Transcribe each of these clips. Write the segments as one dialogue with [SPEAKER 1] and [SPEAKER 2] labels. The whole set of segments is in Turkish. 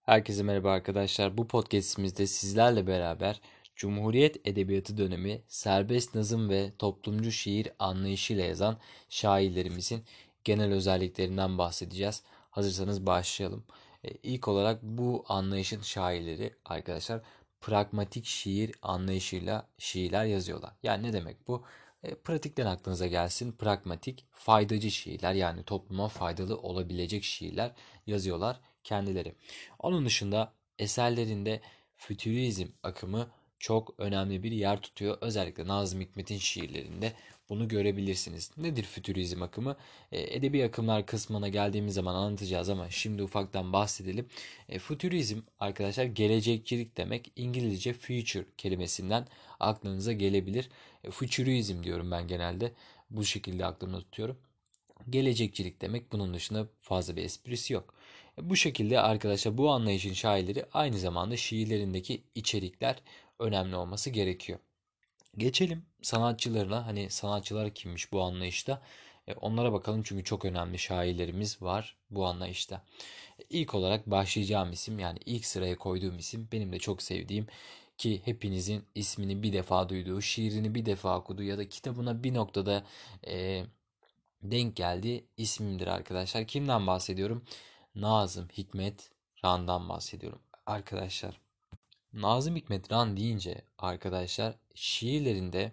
[SPEAKER 1] Herkese merhaba arkadaşlar. Bu podcast'imizde sizlerle beraber Cumhuriyet Edebiyatı dönemi serbest nazım ve toplumcu şiir anlayışıyla yazan şairlerimizin genel özelliklerinden bahsedeceğiz. Hazırsanız başlayalım. İlk olarak bu anlayışın şairleri arkadaşlar pragmatik şiir anlayışıyla şiirler yazıyorlar. Yani ne demek bu? Pratikten aklınıza gelsin. Pragmatik, faydacı şiirler yani topluma faydalı olabilecek şiirler yazıyorlar kendileri. Onun dışında eserlerinde fütürizm akımı çok önemli bir yer tutuyor. Özellikle Nazım Hikmet'in şiirlerinde bunu görebilirsiniz. Nedir fütürizm akımı? Edebi akımlar kısmına geldiğimiz zaman anlatacağız ama şimdi ufaktan bahsedelim. Fütürizm arkadaşlar gelecekçilik demek. İngilizce future kelimesinden aklınıza gelebilir. Futurizm diyorum ben genelde. Bu şekilde aklımda tutuyorum. Gelecekçilik demek. Bunun dışında fazla bir esprisi yok. Bu şekilde arkadaşlar bu anlayışın şairleri aynı zamanda şiirlerindeki içerikler önemli olması gerekiyor. Geçelim sanatçılarına. Hani sanatçılar kimmiş bu anlayışta? Onlara bakalım çünkü çok önemli şairlerimiz var bu anlayışta. İlk olarak başlayacağım isim yani ilk sıraya koyduğum isim benim de çok sevdiğim ki hepinizin ismini bir defa duyduğu, şiirini bir defa okuduğu ya da kitabına bir noktada e, denk geldiği ismimdir arkadaşlar. Kimden bahsediyorum? Nazım Hikmet Ran'dan bahsediyorum. Arkadaşlar Nazım Hikmet Ran deyince arkadaşlar şiirlerinde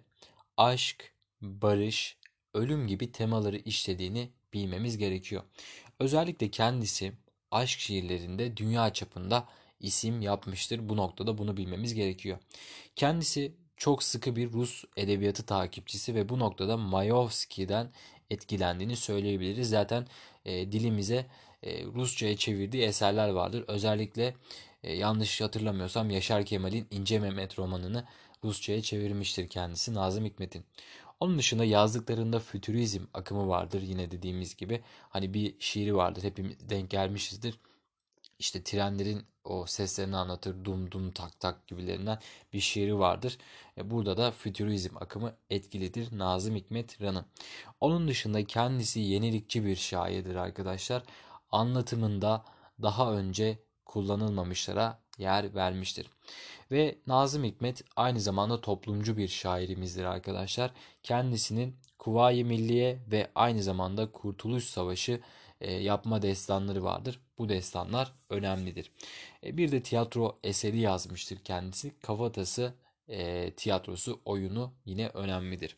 [SPEAKER 1] aşk, barış, ölüm gibi temaları işlediğini bilmemiz gerekiyor. Özellikle kendisi aşk şiirlerinde dünya çapında isim yapmıştır. Bu noktada bunu bilmemiz gerekiyor. Kendisi çok sıkı bir Rus edebiyatı takipçisi ve bu noktada Mayakovski'den etkilendiğini söyleyebiliriz. Zaten dilimize Rusça'ya çevirdiği eserler vardır. Özellikle yanlış hatırlamıyorsam Yaşar Kemal'in İnce Mehmet romanını Rusça'ya çevirmiştir kendisi Nazım Hikmet'in. Onun dışında yazdıklarında fütürizm akımı vardır yine dediğimiz gibi. Hani bir şiiri vardır hepimiz denk gelmişizdir. İşte trenlerin o seslerini anlatır. Dum dum tak tak gibilerinden bir şiiri vardır. Burada da fütürizm akımı etkilidir Nazım Hikmet Ran'ın. Onun dışında kendisi yenilikçi bir şairdir arkadaşlar. Anlatımında daha önce kullanılmamışlara yer vermiştir. Ve Nazım Hikmet aynı zamanda toplumcu bir şairimizdir arkadaşlar. Kendisinin Kuvayi Milliye ve aynı zamanda Kurtuluş Savaşı yapma destanları vardır. Bu destanlar önemlidir. Bir de tiyatro eseri yazmıştır kendisi. Kafatası tiyatrosu oyunu yine önemlidir.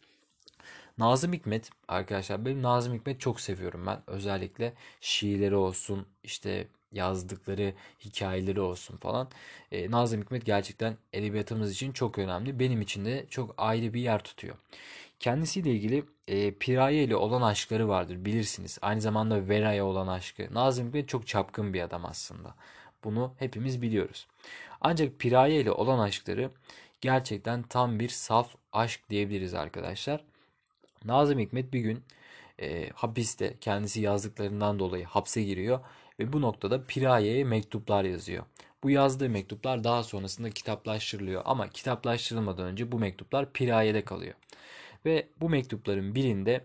[SPEAKER 1] Nazım Hikmet arkadaşlar benim Nazım Hikmet çok seviyorum ben. Özellikle şiirleri olsun işte yazdıkları hikayeleri olsun falan. Nazım Hikmet gerçekten edebiyatımız için çok önemli. Benim için de çok ayrı bir yer tutuyor. Kendisiyle ilgili Piraye ile olan aşkları vardır bilirsiniz. Aynı zamanda Vera'ya olan aşkı. Nazım Hikmet çok çapkın bir adam aslında. Bunu hepimiz biliyoruz. Ancak Piraye ile olan aşkları gerçekten tam bir saf aşk diyebiliriz arkadaşlar. Nazım Hikmet bir gün hapiste kendisi yazdıklarından dolayı hapse giriyor ve bu noktada Piraye'ye mektuplar yazıyor. Bu yazdığı mektuplar daha sonrasında kitaplaştırılıyor ama kitaplaştırılmadan önce bu mektuplar Piraye'de kalıyor. Ve bu mektupların birinde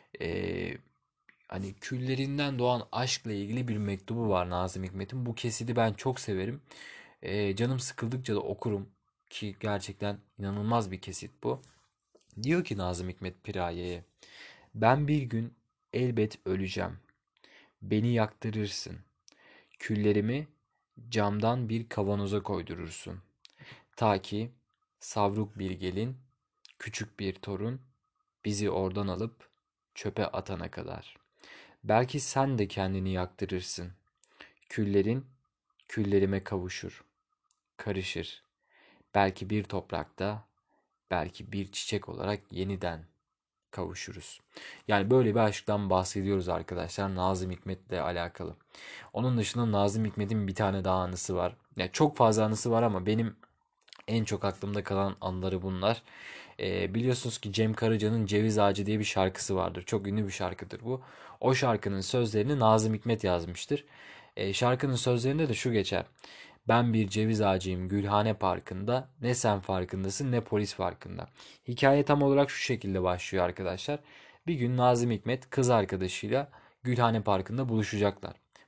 [SPEAKER 1] e, hani küllerinden doğan aşkla ilgili bir mektubu var Nazım Hikmet'in. Bu kesidi ben çok severim. Canım sıkıldıkça da okurum ki gerçekten inanılmaz bir kesit bu. Diyor ki Nazım Hikmet Piraye'ye, ben bir gün elbet öleceğim. Beni yaktırırsın. Küllerimi camdan bir kavanoza koydurursun. Ta ki savruk bir gelin, küçük bir torun bizi oradan alıp çöpe atana kadar. Belki sen de kendini yaktırırsın. Küllerin küllerime kavuşur, karışır. Belki bir toprakta, belki bir çiçek olarak yeniden kavuşuruz. Yani böyle bir aşktan bahsediyoruz arkadaşlar Nazım Hikmet'le alakalı. Onun dışında Nazım Hikmet'in bir tane daha anısı var. Ya çok fazla anısı var ama benim en çok aklımda kalan anıları bunlar. Biliyorsunuz ki Cem Karaca'nın Ceviz Ağacı diye bir şarkısı vardır. Çok ünlü bir şarkıdır bu. O şarkının sözlerini Nazım Hikmet yazmıştır. Şarkının sözlerinde de şu geçer. Ben bir ceviz ağacıyım Gülhane Parkı'nda. Ne sen farkındasın ne polis farkında. Hikaye tam olarak şu şekilde başlıyor arkadaşlar. Bir gün Nazım Hikmet kız arkadaşıyla Gülhane Parkı'nda buluşacaklar.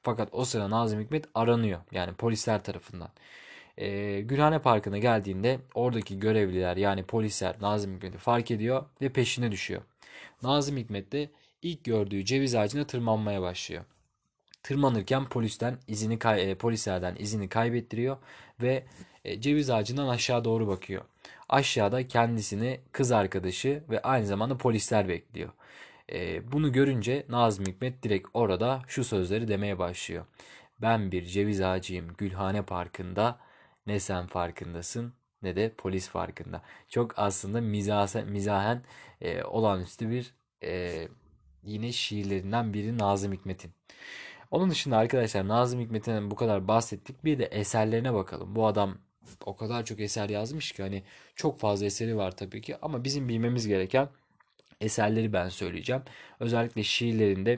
[SPEAKER 1] Fakat o sıra Nazım Hikmet aranıyor. Yani polisler tarafından. Gülhane Parkı'na geldiğinde oradaki görevliler yani polisler Nazım Hikmet'i fark ediyor ve peşine düşüyor. Nazım Hikmet de ilk gördüğü ceviz ağacına tırmanmaya başlıyor. Tırmanırken polislerden izini kaybettiriyor ve ceviz ağacından aşağı doğru bakıyor. Aşağıda kendisini kız arkadaşı ve aynı zamanda polisler bekliyor. Bunu görünce Nazım Hikmet direkt orada şu sözleri demeye başlıyor. Ben bir ceviz ağacıyım Gülhane Parkı'nda, ne sen farkındasın ne de polis farkında. Çok aslında mizahen olağanüstü bir e, yine şiirlerinden biri Nazım Hikmet'in. Onun dışında arkadaşlar Nazım Hikmet'ten bu kadar bahsettik. Bir de eserlerine bakalım. Bu adam o kadar çok eser yazmış ki hani çok fazla eseri var tabii ki ama bizim bilmemiz gereken eserleri ben söyleyeceğim. Özellikle şiirlerinde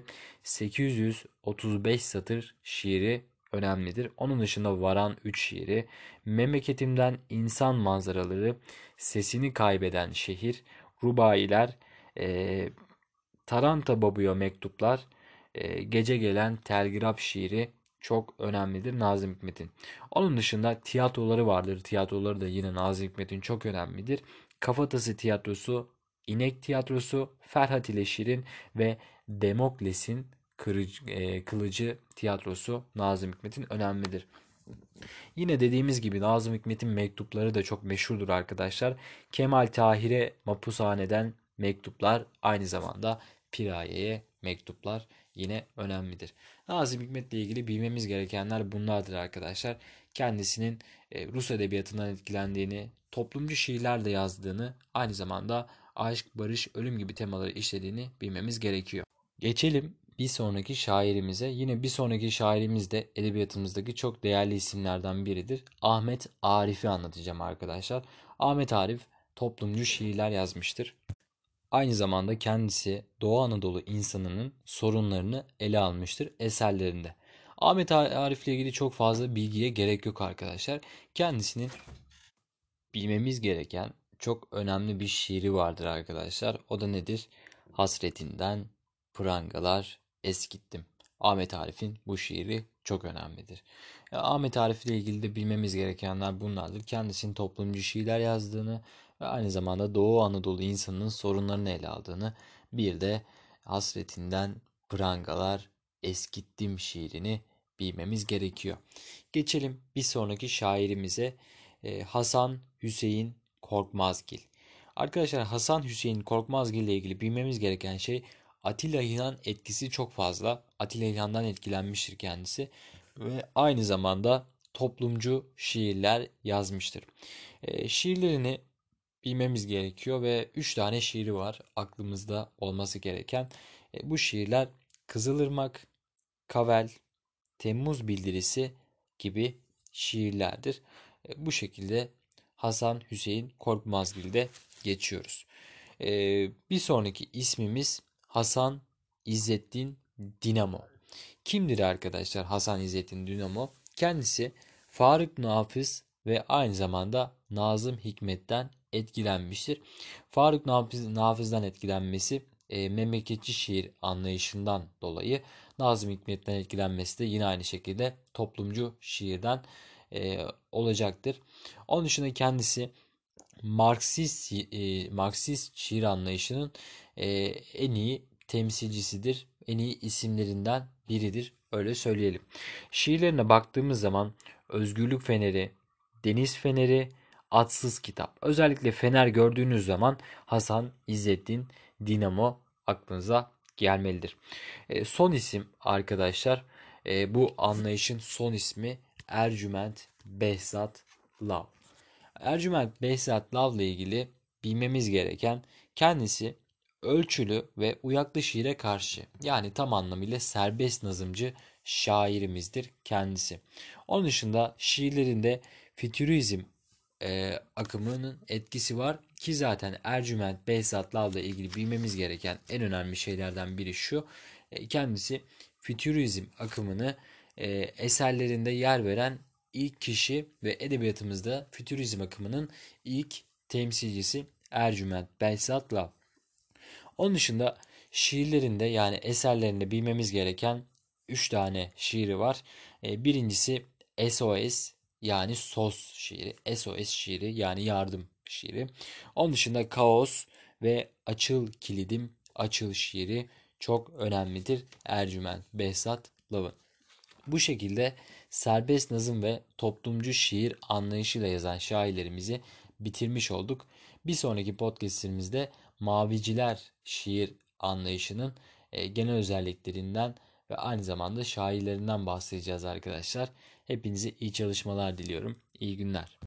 [SPEAKER 1] 835 satır şiiri önemlidir. Onun dışında Varan 3 şiiri, Memleketimden insan manzaraları, Sesini kaybeden şehir, Rubailer, e, Taranta Babu'ya mektuplar, Gece gelen telgraf şiiri çok önemlidir Nazım Hikmet'in. Onun dışında tiyatroları vardır. Tiyatroları da yine Nazım Hikmet'in çok önemlidir. Kafatası Tiyatrosu, İnek Tiyatrosu, Ferhat ile Şirin ve Demokles'in Kılıcı Tiyatrosu Nazım Hikmet'in önemlidir. Yine dediğimiz gibi Nazım Hikmet'in mektupları da çok meşhurdur arkadaşlar. Kemal Tahir'e Mapushane'den mektuplar, aynı zamanda Piraye'ye mektuplar yine önemlidir. Nazım Hikmet'le ilgili bilmemiz gerekenler bunlardır arkadaşlar. Kendisinin Rus edebiyatından etkilendiğini, toplumcu şiirler de yazdığını, aynı zamanda aşk, barış, ölüm gibi temaları işlediğini bilmemiz gerekiyor. Geçelim bir sonraki şairimize. Yine bir sonraki şairimiz de edebiyatımızdaki çok değerli isimlerden biridir. Ahmet Arif'i anlatacağım arkadaşlar. Ahmet Arif toplumcu şiirler yazmıştır. Aynı zamanda kendisi Doğu Anadolu insanının sorunlarını ele almıştır eserlerinde. Ahmet Arif ile ilgili çok fazla bilgiye gerek yok arkadaşlar. Kendisinin bilmemiz gereken çok önemli bir şiiri vardır arkadaşlar. O da nedir? Hasretinden prangalar eskittim. Ahmet Arif'in bu şiiri çok önemlidir. Ahmet Arif ile ilgili de bilmemiz gerekenler bunlardır. Kendisinin toplumcu şiirler yazdığını ve aynı zamanda Doğu Anadolu insanının sorunlarını ele aldığını, bir de hasretinden prangalar eskittim şiirini bilmemiz gerekiyor. Geçelim bir sonraki şairimize. Hasan Hüseyin Korkmazgil. Arkadaşlar Hasan Hüseyin Korkmazgil ile ilgili bilmemiz gereken şey, Atilla İlhan etkisi çok fazla. Atilla İlhan'dan etkilenmiştir kendisi ve aynı zamanda toplumcu şiirler yazmıştır. Şiirlerini bilmemiz gerekiyor ve 3 tane şiiri var aklımızda olması gereken. Bu şiirler Kızılırmak, Kavel, Temmuz Bildirisi gibi şiirlerdir. Bu şekilde Hasan Hüseyin Korkmazgil'de geçiyoruz. Bir sonraki ismimiz Hasan İzzettin Dinamo. Kimdir arkadaşlar Hasan İzzettin Dinamo? Kendisi Faruk Nafiz ve aynı zamanda Nazım Hikmet'ten etkilenmiştir. Faruk Nafiz'den etkilenmesi memleketçi şiir anlayışından dolayı, Nazım Hikmet'ten etkilenmesi de yine aynı şekilde toplumcu şiirden olacaktır. Onun dışında kendisi Marksist şiir anlayışının e, en iyi temsilcisidir. En iyi isimlerinden biridir. Öyle söyleyelim. Şiirlerine baktığımız zaman Özgürlük Feneri, Deniz Feneri, Atsız Kitap. Özellikle Fener gördüğünüz zaman Hasan İzzettin Dinamo aklınıza gelmelidir. Son isim arkadaşlar, bu anlayışın son ismi Ercüment Behzat Lav. Ercüment Behzat Lav'la ilgili bilmemiz gereken, kendisi ölçülü ve uyaklı şiire karşı, yani tam anlamıyla serbest nazımcı şairimizdir kendisi. Onun dışında şiirlerinde fütürizm akımının etkisi var ki zaten Ercüment Behzat Lav'la ilgili bilmemiz gereken en önemli şeylerden biri şu: kendisi fütürizm akımını eserlerinde yer veren ilk kişi ve edebiyatımızda fütürizm akımının ilk temsilcisi Ercüment Behzat Lav. Onun dışında şiirlerinde yani eserlerinde bilmemiz gereken 3 tane şiiri var. Birincisi SOS yani SOS şiiri. SOS şiiri yani yardım şiiri. Onun dışında Kaos ve Açıl Kilidim Açıl şiiri çok önemlidir. Ercüment Behzat Lavın. Bu şekilde serbest nazım ve toplumcu şiir anlayışıyla yazan şairlerimizi bitirmiş olduk. Bir sonraki podcast'imizde Maviciler şiir anlayışının genel özelliklerinden ve aynı zamanda şairlerinden bahsedeceğiz arkadaşlar. Hepinize iyi çalışmalar diliyorum. İyi günler.